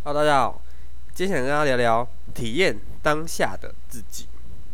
Hello， 大家好，今天想跟大家聊聊体验当下的自己。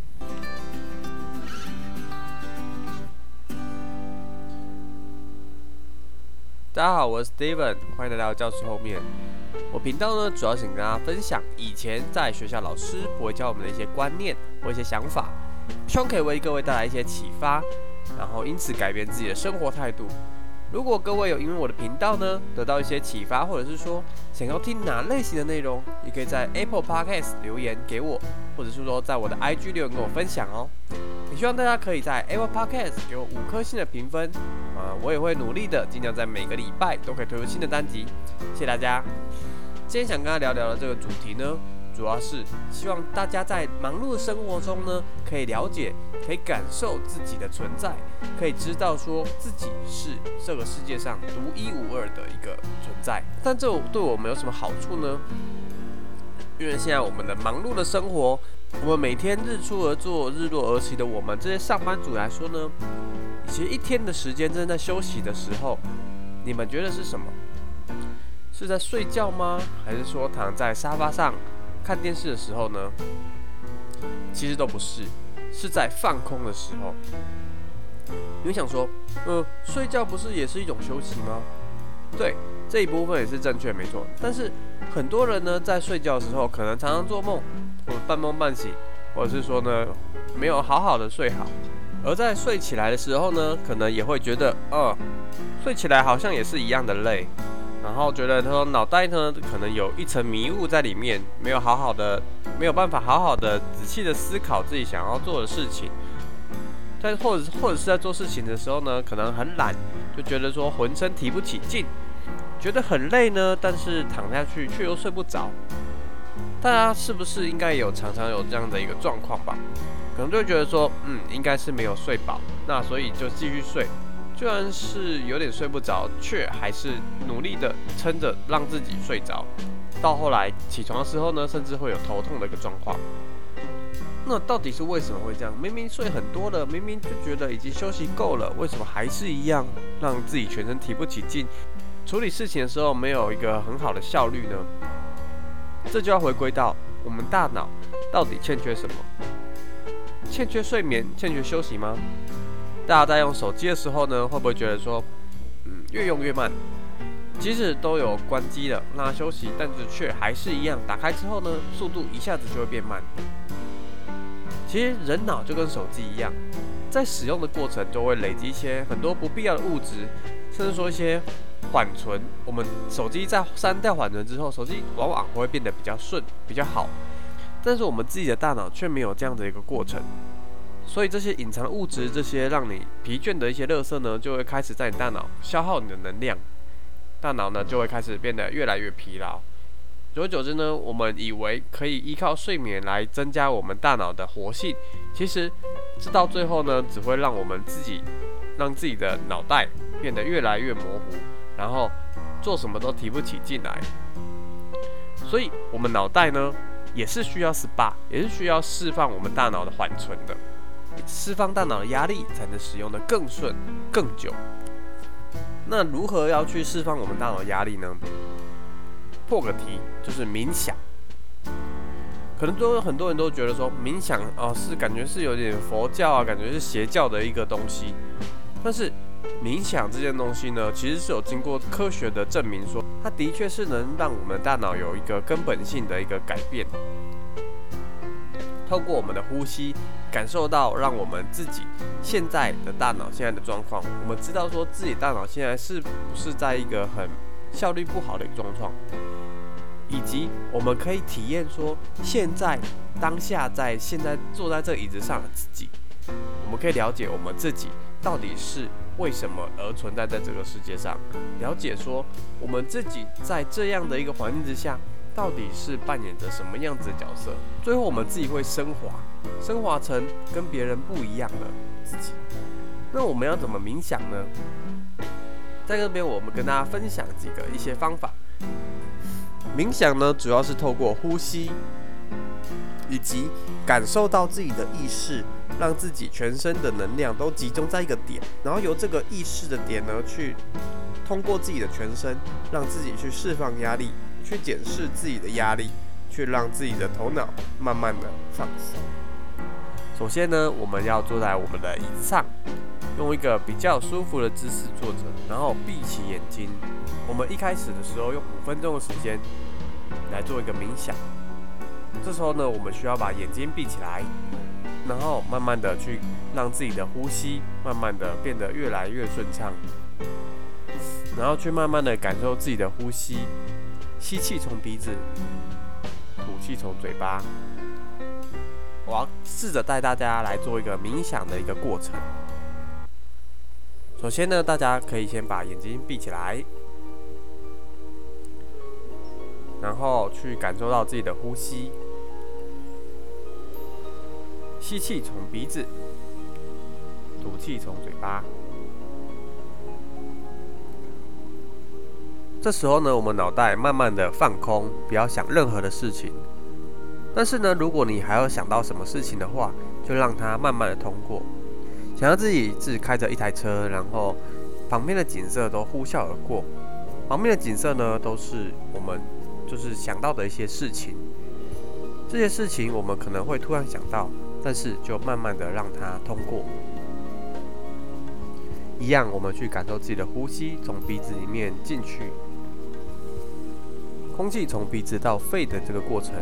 大家好，我是 Steven， 欢迎来到教室后面。我频道呢，主要想跟大家分享以前在学校老师不会教我们的一些观念或一些想法，希望可以为各位带来一些启发，然后因此改变自己的生活态度。如果各位有因为我的频道呢得到一些启发，或者是说想要听哪类型的内容，也可以在 Apple Podcast 留言给我，或者是说在我的 IG 留言跟我分享哦。也希望大家可以在 Apple Podcast 给我5颗星的评分，我也会努力的，尽量在每个礼拜都可以推出新的单集。谢谢大家。今天想跟大家聊聊的这个主题呢，主要是希望大家在忙碌的生活中呢，可以了解，可以感受自己的存在，可以知道说自己是这个世界上独一无二的一个存在。但这对我们有什么好处呢？因为现在我们的忙碌的生活，我们每天日出而作、日落而息的我们这些上班族来说呢，其实一天的时间真的在休息的时候，你们觉得是什么？是在睡觉吗？还是说躺在沙发上看电视的时候呢？其实都不是，是在放空的时候。你会想说，睡觉不是也是一种休息吗？对，这一部分也是正确，没错。但是很多人呢，在睡觉的时候，可能常常做梦，或者半梦半醒，或者是说呢，没有好好的睡好。而在睡起来的时候呢，可能也会觉得，睡起来好像也是一样的累。然后觉得说脑袋呢可能有一层迷雾在里面，没有办法好好的仔细的思考自己想要做的事情。或者是在做事情的时候呢，可能很懒，就觉得说浑身提不起劲，觉得很累呢，但是躺下去却又睡不着。大家是不是应该常常有这样的一个状况吧？可能就会觉得说，应该是没有睡饱，那所以就继续睡。虽然是有点睡不着，却还是努力的撑着让自己睡着。到后来起床的时候呢，甚至会有头痛的一个状况。那到底是为什么会这样？明明睡很多了，明明就觉得已经休息够了，为什么还是一样让自己全身提不起劲？处理事情的时候没有一个很好的效率呢？这就要回归到我们大脑到底欠缺什么？欠缺睡眠，欠缺休息吗？大家在用手机的时候呢，会不会觉得说，越用越慢？即使都有关机了，让它休息，但是却还是一样，打开之后呢，速度一下子就会变慢。其实人脑就跟手机一样，在使用的过程就会累积一些很多不必要的物质，甚至说一些缓存。我们手机在删掉缓存之后，手机往往会变得比较顺、比较好，但是我们自己的大脑却没有这样的一个过程。所以这些隐藏的物质，这些让你疲倦的一些垃圾呢，就会开始在你大脑消耗你的能量，大脑呢就会开始变得越来越疲劳。久而久之呢，我们以为可以依靠睡眠来增加我们大脑的活性，其实这到最后呢，只会让自己的脑袋变得越来越模糊，然后做什么都提不起劲来。所以我们脑袋呢，也是需要 SPA， 也是需要释放我们大脑的缓存的。释放大脑的压力，才能使用的更顺、更久。那如何要去释放我们大脑的压力呢？破个题，就是冥想。可能都有很多人都觉得说，冥想是感觉是有点佛教啊，感觉是邪教的一个东西。但是冥想这件东西呢，其实是有经过科学的证明说，它的确是能让我们大脑有一个根本性的一个改变。透过我们的呼吸，感受到让我们自己现在的大脑现在的状况，我们知道说自己大脑现在是不是在一个很效率不好的一个状况，以及我们可以体验说现在当下在现在坐在这椅子上的自己，我们可以了解我们自己到底是为什么而存在在这个世界上，了解说我们自己在这样的一个环境之下，到底是扮演着什么样子的角色？最后我们自己会升华成跟别人不一样的自己。那我们要怎么冥想呢？在这边我们跟大家分享一些方法。冥想呢，主要是透过呼吸，以及感受到自己的意识，让自己全身的能量都集中在一个点，然后由这个意识的点呢，去通过自己的全身，让自己去释放压力， 去检视自己的压力，去让自己的头脑慢慢的放松。首先呢，我们要坐在我们的椅子上，用一个比较舒服的姿势坐着，然后闭起眼睛。我们一开始的时候用5分钟的时间来做一个冥想。这时候呢，我们需要把眼睛闭起来，然后慢慢的去让自己的呼吸慢慢的变得越来越顺畅，然后去慢慢的感受自己的呼吸，吸气从鼻子，吐气从嘴巴。我要试着带大家来做一个冥想的一个过程。首先呢，大家可以先把眼睛闭起来，然后去感受到自己的呼吸，吸气从鼻子，吐气从嘴巴。这时候呢，我们脑袋慢慢的放空，不要想任何的事情。但是呢，如果你还要想到什么事情的话，就让它慢慢的通过。想要自己开着一台车，然后旁边的景色都呼啸而过，旁边的景色呢，都是我们就是想到的一些事情。这些事情我们可能会突然想到，但是就慢慢的让它通过。一样，我们去感受自己的呼吸从鼻子里面进去，空气从鼻子到肺的这个过程。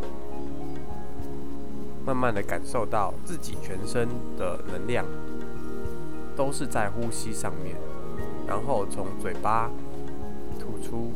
慢慢的感受到自己全身的能量都是在呼吸上面，然后从嘴巴吐出。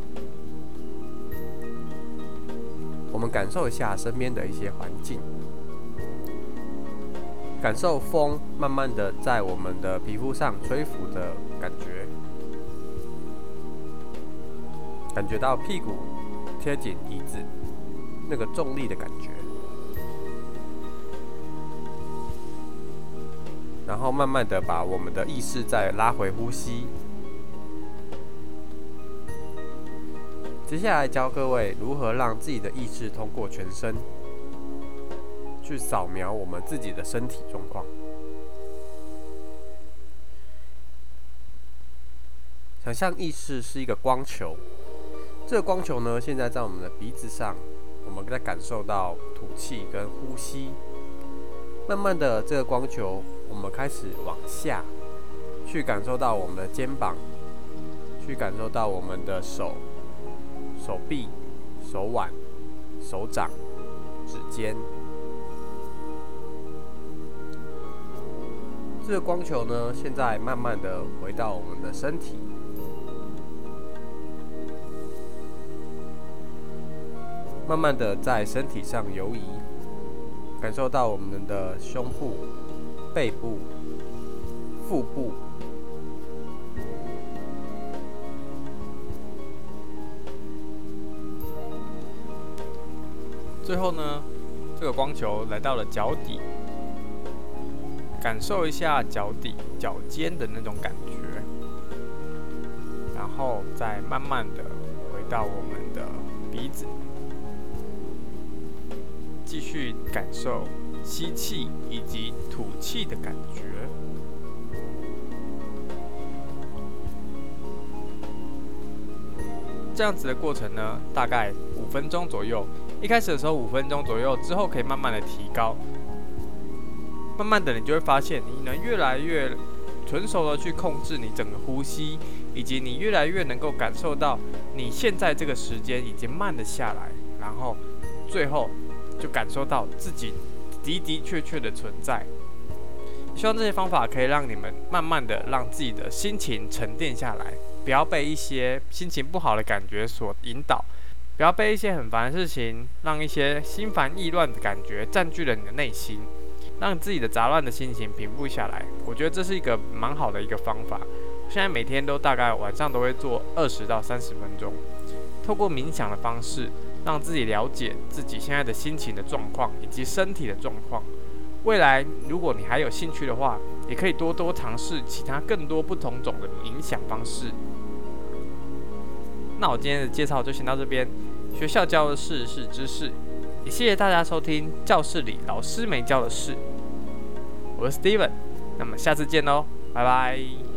我们感受一下身边的一些环境，感受风慢慢的在我们的皮肤上吹拂的感觉，感觉到屁股贴紧椅子那个重力的感觉。然后慢慢的把我们的意识再拉回呼吸。接下来教各位如何让自己的意识通过全身，去扫描我们自己的身体状况。想象意识是一个光球，这个光球呢，现在在我们的鼻子上，我们在感受到吐气跟呼吸。慢慢的，这个光球我们开始往下，去感受到我们的肩膀，去感受到我们的手臂、手腕、手掌、指尖。这个光球呢，现在慢慢的回到我们的身体，慢慢的在身体上游移。感受到我们的胸部、背部、腹部， 最后呢，这个光球来到了脚底，感受一下脚底、脚尖的那种感觉，然后再慢慢的回到我们的鼻子。继续感受吸气以及吐气的感觉。这样子的过程呢，大概5分钟左右。一开始的时候5分钟左右，之后可以慢慢的提高。慢慢的，你就会发现，你能越来越纯熟的去控制你整个呼吸，以及你越来越能够感受到你现在这个时间已经慢了下来，然后最后就感受到自己的的确确的存在。希望这些方法可以让你们慢慢的让自己的心情沉淀下来，不要被一些心情不好的感觉所引导，不要被一些很烦的事情，让一些心烦意乱的感觉占据了你的内心，让自己的杂乱的心情平复下来。我觉得这是一个蛮好的一个方法。现在每天都大概晚上都会做20到30分钟，透过冥想的方式，让自己了解自己现在的心情的状况以及身体的状况。未来如果你还有兴趣的话，也可以多多尝试其他更多不同种的冥想方式。那我今天的介绍就先到这边。学校教的事是知识，也谢谢大家收听教室里老师没教的事。我是 Steven， 那么下次见喽，拜拜。